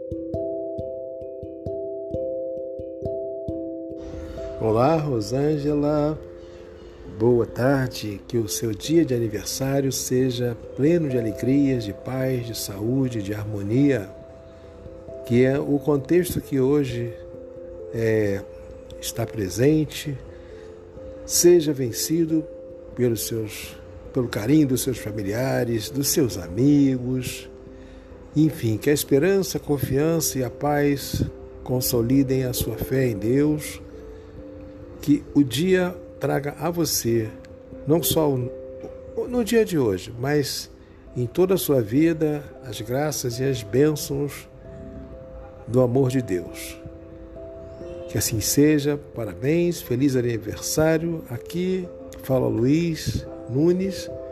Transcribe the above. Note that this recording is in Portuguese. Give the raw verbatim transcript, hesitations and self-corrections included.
Olá, Rosângela. Boa tarde. Que o seu dia de aniversário seja pleno de alegrias, de paz, de saúde, de harmonia. Que é o contexto que hoje é, está presente seja vencido pelos seus, pelo carinho dos seus familiares, dos seus amigos. Enfim, que a esperança, a confiança e a paz consolidem a sua fé em Deus. Que o dia traga a você, não só no dia de hoje, mas em toda a sua vida, as graças e as bênçãos do amor de Deus. Que assim seja, parabéns, feliz aniversário. Aqui fala Luiz Nunes.